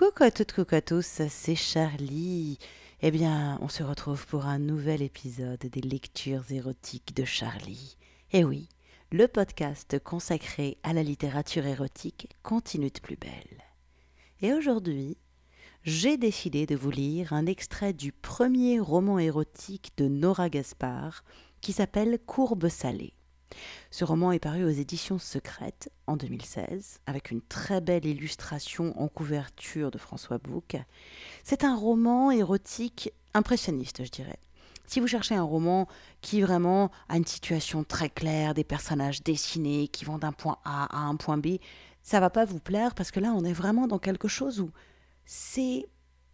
Coucou à tous, c'est Charlie. Eh bien, on se retrouve pour un nouvel épisode des lectures érotiques de Charlie. Eh oui, le podcast consacré à la littérature érotique continue de plus belle. Et aujourd'hui, j'ai décidé de vous lire un extrait du premier roman érotique de Nora Gaspard qui s'appelle Courbe salée. Ce roman est paru aux éditions Secrètes en 2016, avec une très belle illustration en couverture de François Bouc. C'est un roman érotique impressionniste, je dirais. Si vous cherchez un roman qui vraiment a une situation très claire, des personnages dessinés qui vont d'un point A à un point B, ça va pas vous plaire parce que là, on est vraiment dans quelque chose où c'est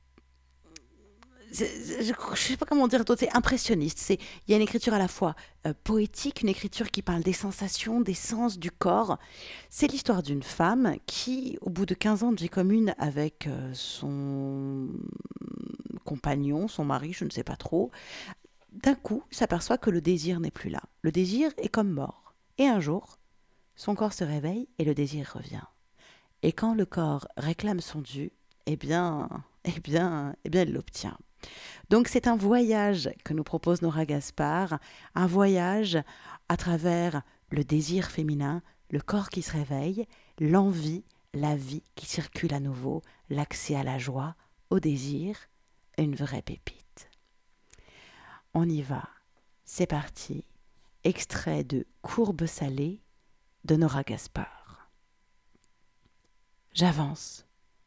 je ne sais pas comment dire d'autre, c'est impressionniste. Il y a une écriture à la fois poétique, une écriture qui parle des sensations, des sens, du corps. C'est l'histoire d'une femme qui, au bout de 15 ans de vie commune avec son compagnon, son mari, je ne sais pas trop, d'un coup s'aperçoit que le désir n'est plus là. Le désir est comme mort. Et un jour, son corps se réveille et le désir revient. Et quand le corps réclame son dû, il l'obtient. Donc c'est un voyage que nous propose Nora Gaspard, un voyage à travers le désir féminin, le corps qui se réveille, l'envie, la vie qui circule à nouveau, l'accès à la joie, au désir, une vraie pépite. On y va, c'est parti, extrait de Courbe salée de Nora Gaspard. J'avance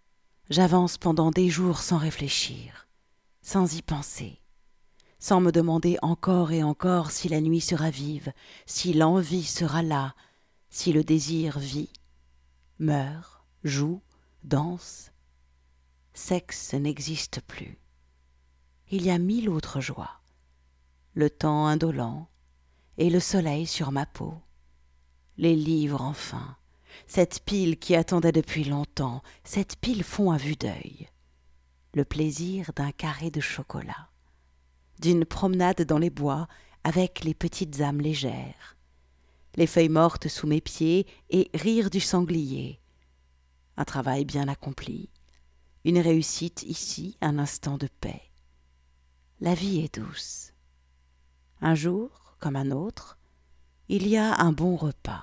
pendant des jours sans réfléchir, sans y penser, sans me demander encore et encore si la nuit sera vive, si l'envie sera là, si le désir vit, meurt, joue, danse. Sexe n'existe plus. Il y a 1000 autres joies. Le temps indolent et le soleil sur ma peau. Les livres enfin, cette pile qui attendait depuis longtemps, cette pile fond à vue d'œil. Le plaisir d'un carré de chocolat, d'une promenade dans les bois avec les petites âmes légères, les feuilles mortes sous mes pieds et rire du sanglier. Un travail bien accompli, une réussite ici, un instant de paix. La vie est douce. Un jour, comme un autre, il y a un bon repas.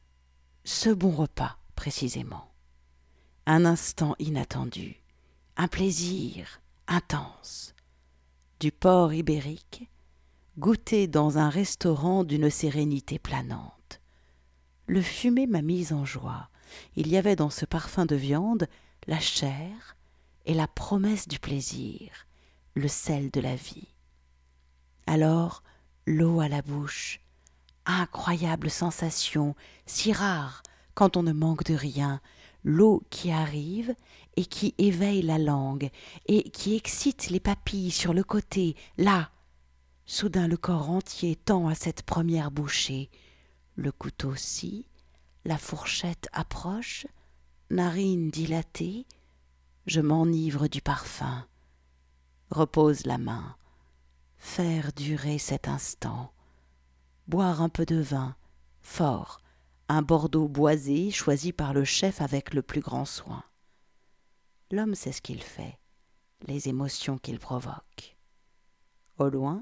Ce bon repas, précisément. Un instant inattendu, un plaisir intense. Du porc ibérique, goûté dans un restaurant d'une sérénité planante. Le fumet m'a mise en joie. Il y avait dans ce parfum de viande la chair et la promesse du plaisir, le sel de la vie. Alors, l'eau à la bouche, incroyable sensation, si rare quand on ne manque de rien, l'eau qui arrive et qui éveille la langue et qui excite les papilles sur le côté, là. Soudain le corps entier tend à cette première bouchée. Le couteau scie, la fourchette approche, narine dilatée, je m'enivre du parfum. Repose la main, faire durer cet instant. Boire un peu de vin, fort, un Bordeaux boisé choisi par le chef avec le plus grand soin. L'homme sait ce qu'il fait, les émotions qu'il provoque. Au loin,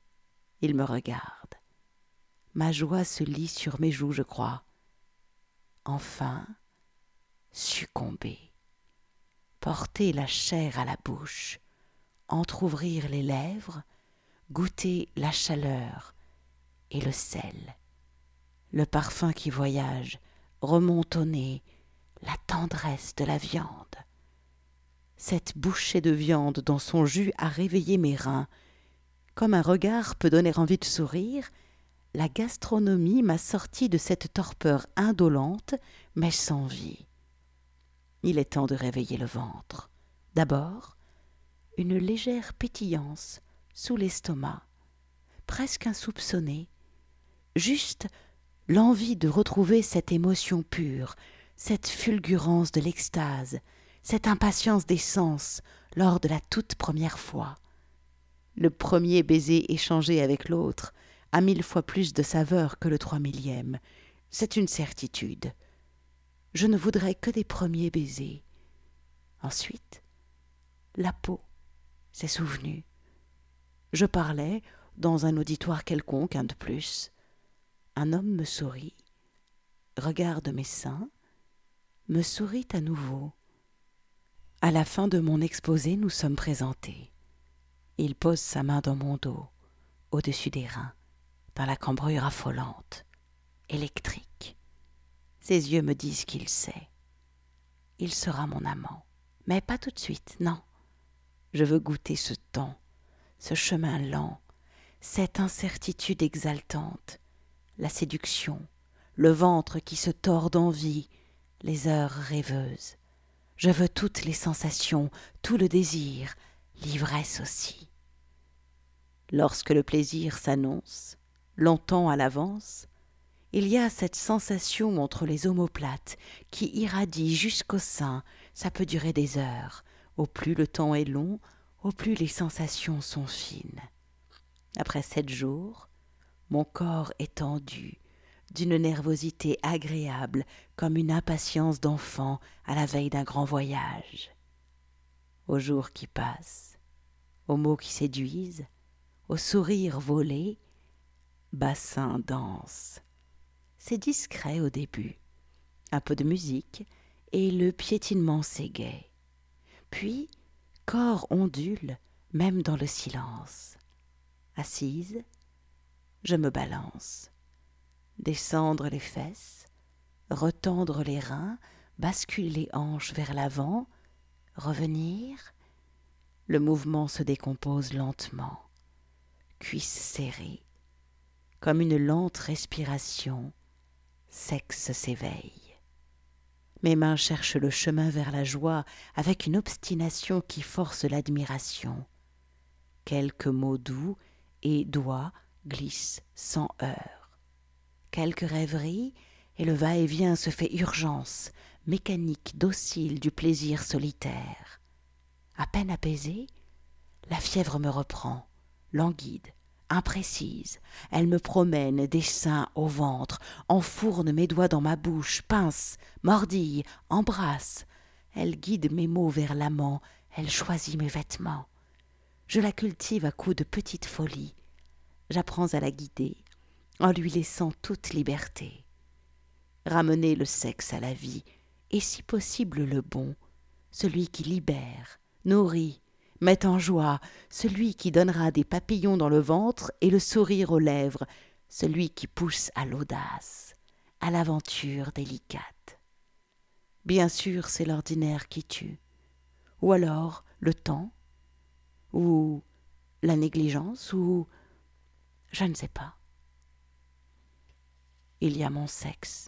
il me regarde. Ma joie se lit sur mes joues, je crois. Enfin, succomber. Porter la chair à la bouche, entr'ouvrir les lèvres, goûter la chaleur et le sel. Le parfum qui voyage remonte au nez, la tendresse de la viande. Cette bouchée de viande dans son jus a réveillé mes reins. Comme un regard peut donner envie de sourire, la gastronomie m'a sorti de cette torpeur indolente, mais sans vie. Il est temps de réveiller le ventre. D'abord, une légère pétillance sous l'estomac, presque insoupçonnée, juste l'envie de retrouver cette émotion pure, cette fulgurance de l'extase, cette impatience des sens lors de la toute première fois. Le premier baiser échangé avec l'autre a 1000 fois plus de saveur que le 3000e. C'est une certitude. Je ne voudrais que des premiers baisers. Ensuite, la peau s'est souvenue. Je parlais dans un auditoire quelconque, un de plus. Un homme me sourit, regarde mes seins, me sourit à nouveau. À la fin de mon exposé, nous sommes présentés. Il pose sa main dans mon dos, au-dessus des reins, dans la cambrure affolante, électrique. Ses yeux me disent qu'il sait. Il sera mon amant, mais pas tout de suite, non. Je veux goûter ce temps, ce chemin lent, cette incertitude exaltante, la séduction, le ventre qui se tord d'envie, les heures rêveuses. Je veux toutes les sensations, tout le désir, l'ivresse aussi. Lorsque le plaisir s'annonce, longtemps à l'avance, il y a cette sensation entre les omoplates qui irradie jusqu'au sein, ça peut durer des heures. Au plus le temps est long, au plus les sensations sont fines. Après 7 jours, mon corps est tendu, d'une nervosité agréable comme une impatience d'enfant à la veille d'un grand voyage. Aux jours qui passent, aux mots qui séduisent, aux sourires volés, bassin danse. C'est discret au début, un peu de musique et le piétinement s'égaie. Puis, corps ondule même dans le silence. Assise, je me balance. Descendre les fesses, retendre les reins, basculer les hanches vers l'avant, revenir. Le mouvement se décompose lentement, cuisses serrées, comme une lente respiration, sexe s'éveille. Mes mains cherchent le chemin vers la joie avec une obstination qui force l'admiration. Quelques mots doux et doigts glissent sans heurts. Quelques rêveries, et le va-et-vient se fait urgence, mécanique, docile du plaisir solitaire. À peine apaisée, la fièvre me reprend, languide, imprécise. Elle me promène des seins au ventre, enfourne mes doigts dans ma bouche, pince, mordille, embrasse. Elle guide mes mots vers l'amant, elle choisit mes vêtements. Je la cultive à coups de petites folies. J'apprends à la guider, en lui laissant toute liberté. Ramener le sexe à la vie, et si possible le bon, celui qui libère, nourrit, met en joie, celui qui donnera des papillons dans le ventre et le sourire aux lèvres, celui qui pousse à l'audace, à l'aventure délicate. Bien sûr, c'est l'ordinaire qui tue, ou alors le temps, ou la négligence, ou je ne sais pas. Il y a mon sexe.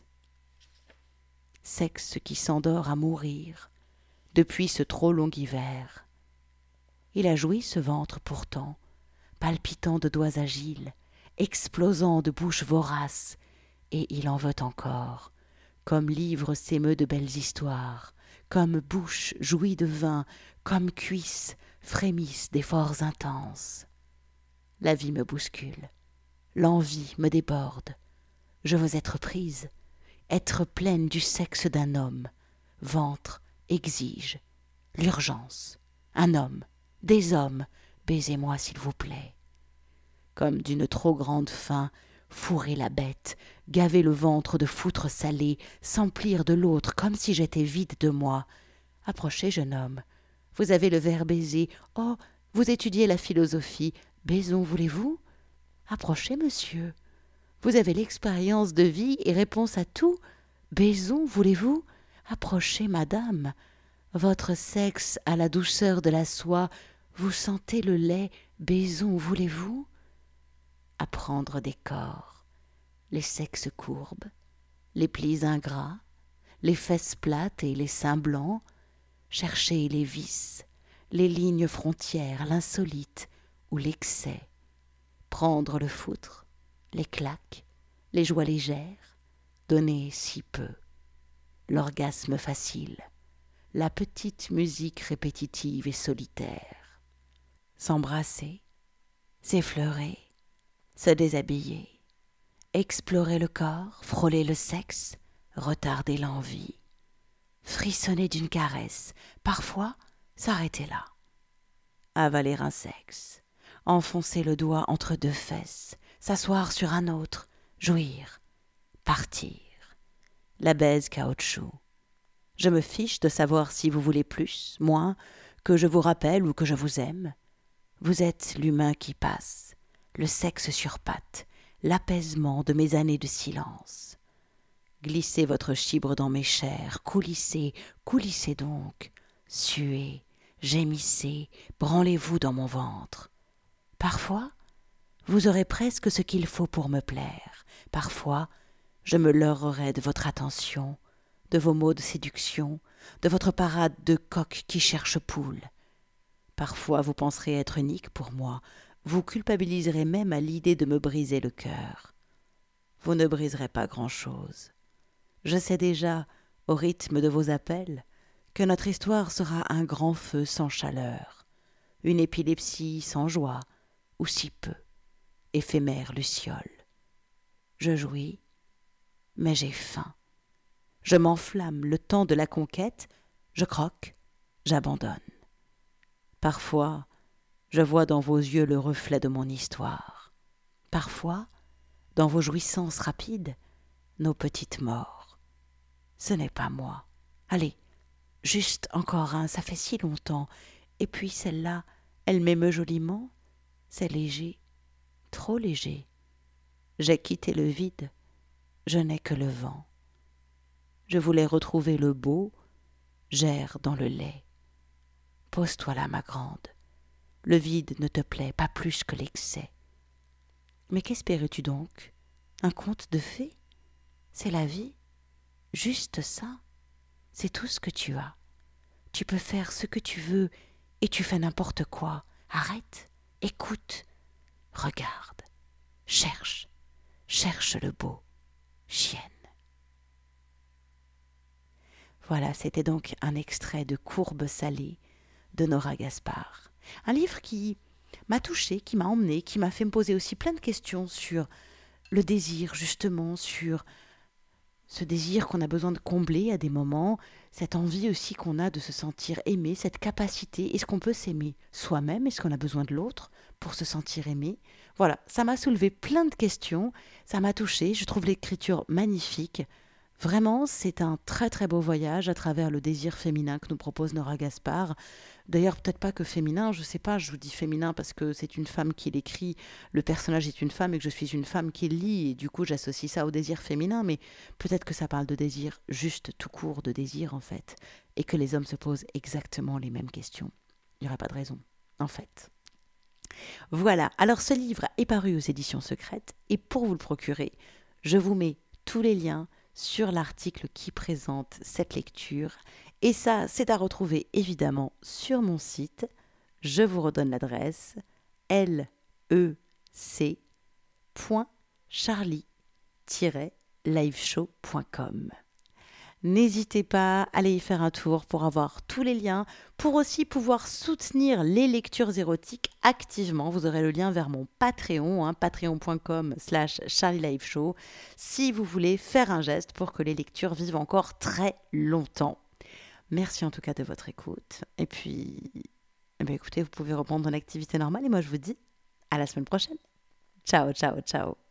Sexe qui s'endort à mourir depuis ce trop long hiver. Il a joui ce ventre pourtant, palpitant de doigts agiles, explosant de bouches voraces, et il en veut encore, comme livre s'émeut de belles histoires, comme bouche jouit de vin, comme cuisses frémissent d'efforts intenses. La vie me bouscule, l'envie me déborde, je veux être prise, être pleine du sexe d'un homme, ventre exige, l'urgence, un homme, des hommes, baisez-moi s'il vous plaît. Comme d'une trop grande faim, fourrer la bête, gaver le ventre de foutre salé, s'emplir de l'autre comme si j'étais vide de moi. Approchez, jeune homme, vous avez le verbe baiser, oh, vous étudiez la philosophie, baisons, voulez-vous? Approchez, monsieur. Vous avez l'expérience de vie et réponse à tout. Baisons, voulez-vous? Approchez, madame. Votre sexe a la douceur de la soie. Vous sentez le lait. Baisons, voulez-vous? Apprendre des corps, les sexes courbes, les plis ingrats, les fesses plates et les seins blancs, chercher les vices, les lignes frontières, l'insolite ou l'excès, prendre le foutre, les claques, les joies légères, donner si peu, l'orgasme facile, la petite musique répétitive et solitaire, s'embrasser, s'effleurer, se déshabiller, explorer le corps, frôler le sexe, retarder l'envie, frissonner d'une caresse, parfois s'arrêter là, avaler un sexe, enfoncer le doigt entre deux fesses, s'asseoir sur un autre, jouir, partir. La baise caoutchouc. Je me fiche de savoir si vous voulez plus, moins, que je vous rappelle ou que je vous aime. Vous êtes l'humain qui passe, le sexe sur pattes, l'apaisement de mes années de silence. Glissez votre chibre dans mes chairs, coulissez, coulissez donc, suez, gémissez, branlez-vous dans mon ventre. Parfois, vous aurez presque ce qu'il faut pour me plaire. Parfois, je me leurrerai de votre attention, de vos mots de séduction, de votre parade de coq qui cherche poule. Parfois, vous penserez être unique pour moi, vous culpabiliserez même à l'idée de me briser le cœur. Vous ne briserez pas grand-chose. Je sais déjà, au rythme de vos appels, que notre histoire sera un grand feu sans chaleur, une épilepsie sans joie, ou si peu, éphémère luciole. Je jouis, mais j'ai faim. Je m'enflamme le temps de la conquête, je croque, j'abandonne. Parfois, je vois dans vos yeux le reflet de mon histoire. Parfois, dans vos jouissances rapides, nos petites morts. Ce n'est pas moi. Allez, juste encore un, ça fait si longtemps. Et puis celle-là, elle m'émeut joliment. C'est léger, trop léger. J'ai quitté le vide, je n'ai que le vent. Je voulais retrouver le beau, j'erre dans le lait. Pose-toi là, ma grande. Le vide ne te plaît pas plus que l'excès. Mais qu'espérais-tu donc? Un conte de fées? C'est la vie? Juste ça? C'est tout ce que tu as. Tu peux faire ce que tu veux et tu fais n'importe quoi. Arrête, écoute, regarde, cherche, cherche le beau, chienne. Voilà, c'était donc un extrait de Courbes salées de Nora Gaspard. Un livre qui m'a touchée, qui m'a emmenée, qui m'a fait me poser aussi plein de questions sur le désir, justement, sur ce désir qu'on a besoin de combler à des moments, cette envie aussi qu'on a de se sentir aimé, cette capacité, est-ce qu'on peut s'aimer soi-même, est-ce qu'on a besoin de l'autre pour se sentir aimé? Voilà, ça m'a soulevé plein de questions, ça m'a touchée, je trouve l'écriture magnifique. Vraiment, c'est un très très beau voyage à travers le désir féminin que nous propose Nora Gaspard. D'ailleurs, peut-être pas que féminin, je sais pas, je vous dis féminin parce que c'est une femme qui l'écrit, le personnage est une femme et que je suis une femme qui le lit, et du coup j'associe ça au désir féminin, mais peut-être que ça parle de désir juste tout court, de désir en fait, et que les hommes se posent exactement les mêmes questions. Il n'y aurait pas de raison, en fait. Voilà, alors ce livre est paru aux éditions secrètes, et pour vous le procurer, je vous mets tous les liens sur l'article qui présente cette lecture. Et ça, c'est à retrouver évidemment sur mon site. Je vous redonne l'adresse lec.charlie-liveshow.com. N'hésitez pas à aller y faire un tour pour avoir tous les liens, pour aussi pouvoir soutenir les lectures érotiques activement. Vous aurez le lien vers mon Patreon, patreon.com/charlieliveshow, si vous voulez faire un geste pour que les lectures vivent encore très longtemps. Merci en tout cas de votre écoute. Et puis, écoutez, vous pouvez reprendre une activité normale et moi je vous dis à la semaine prochaine. Ciao, ciao, ciao.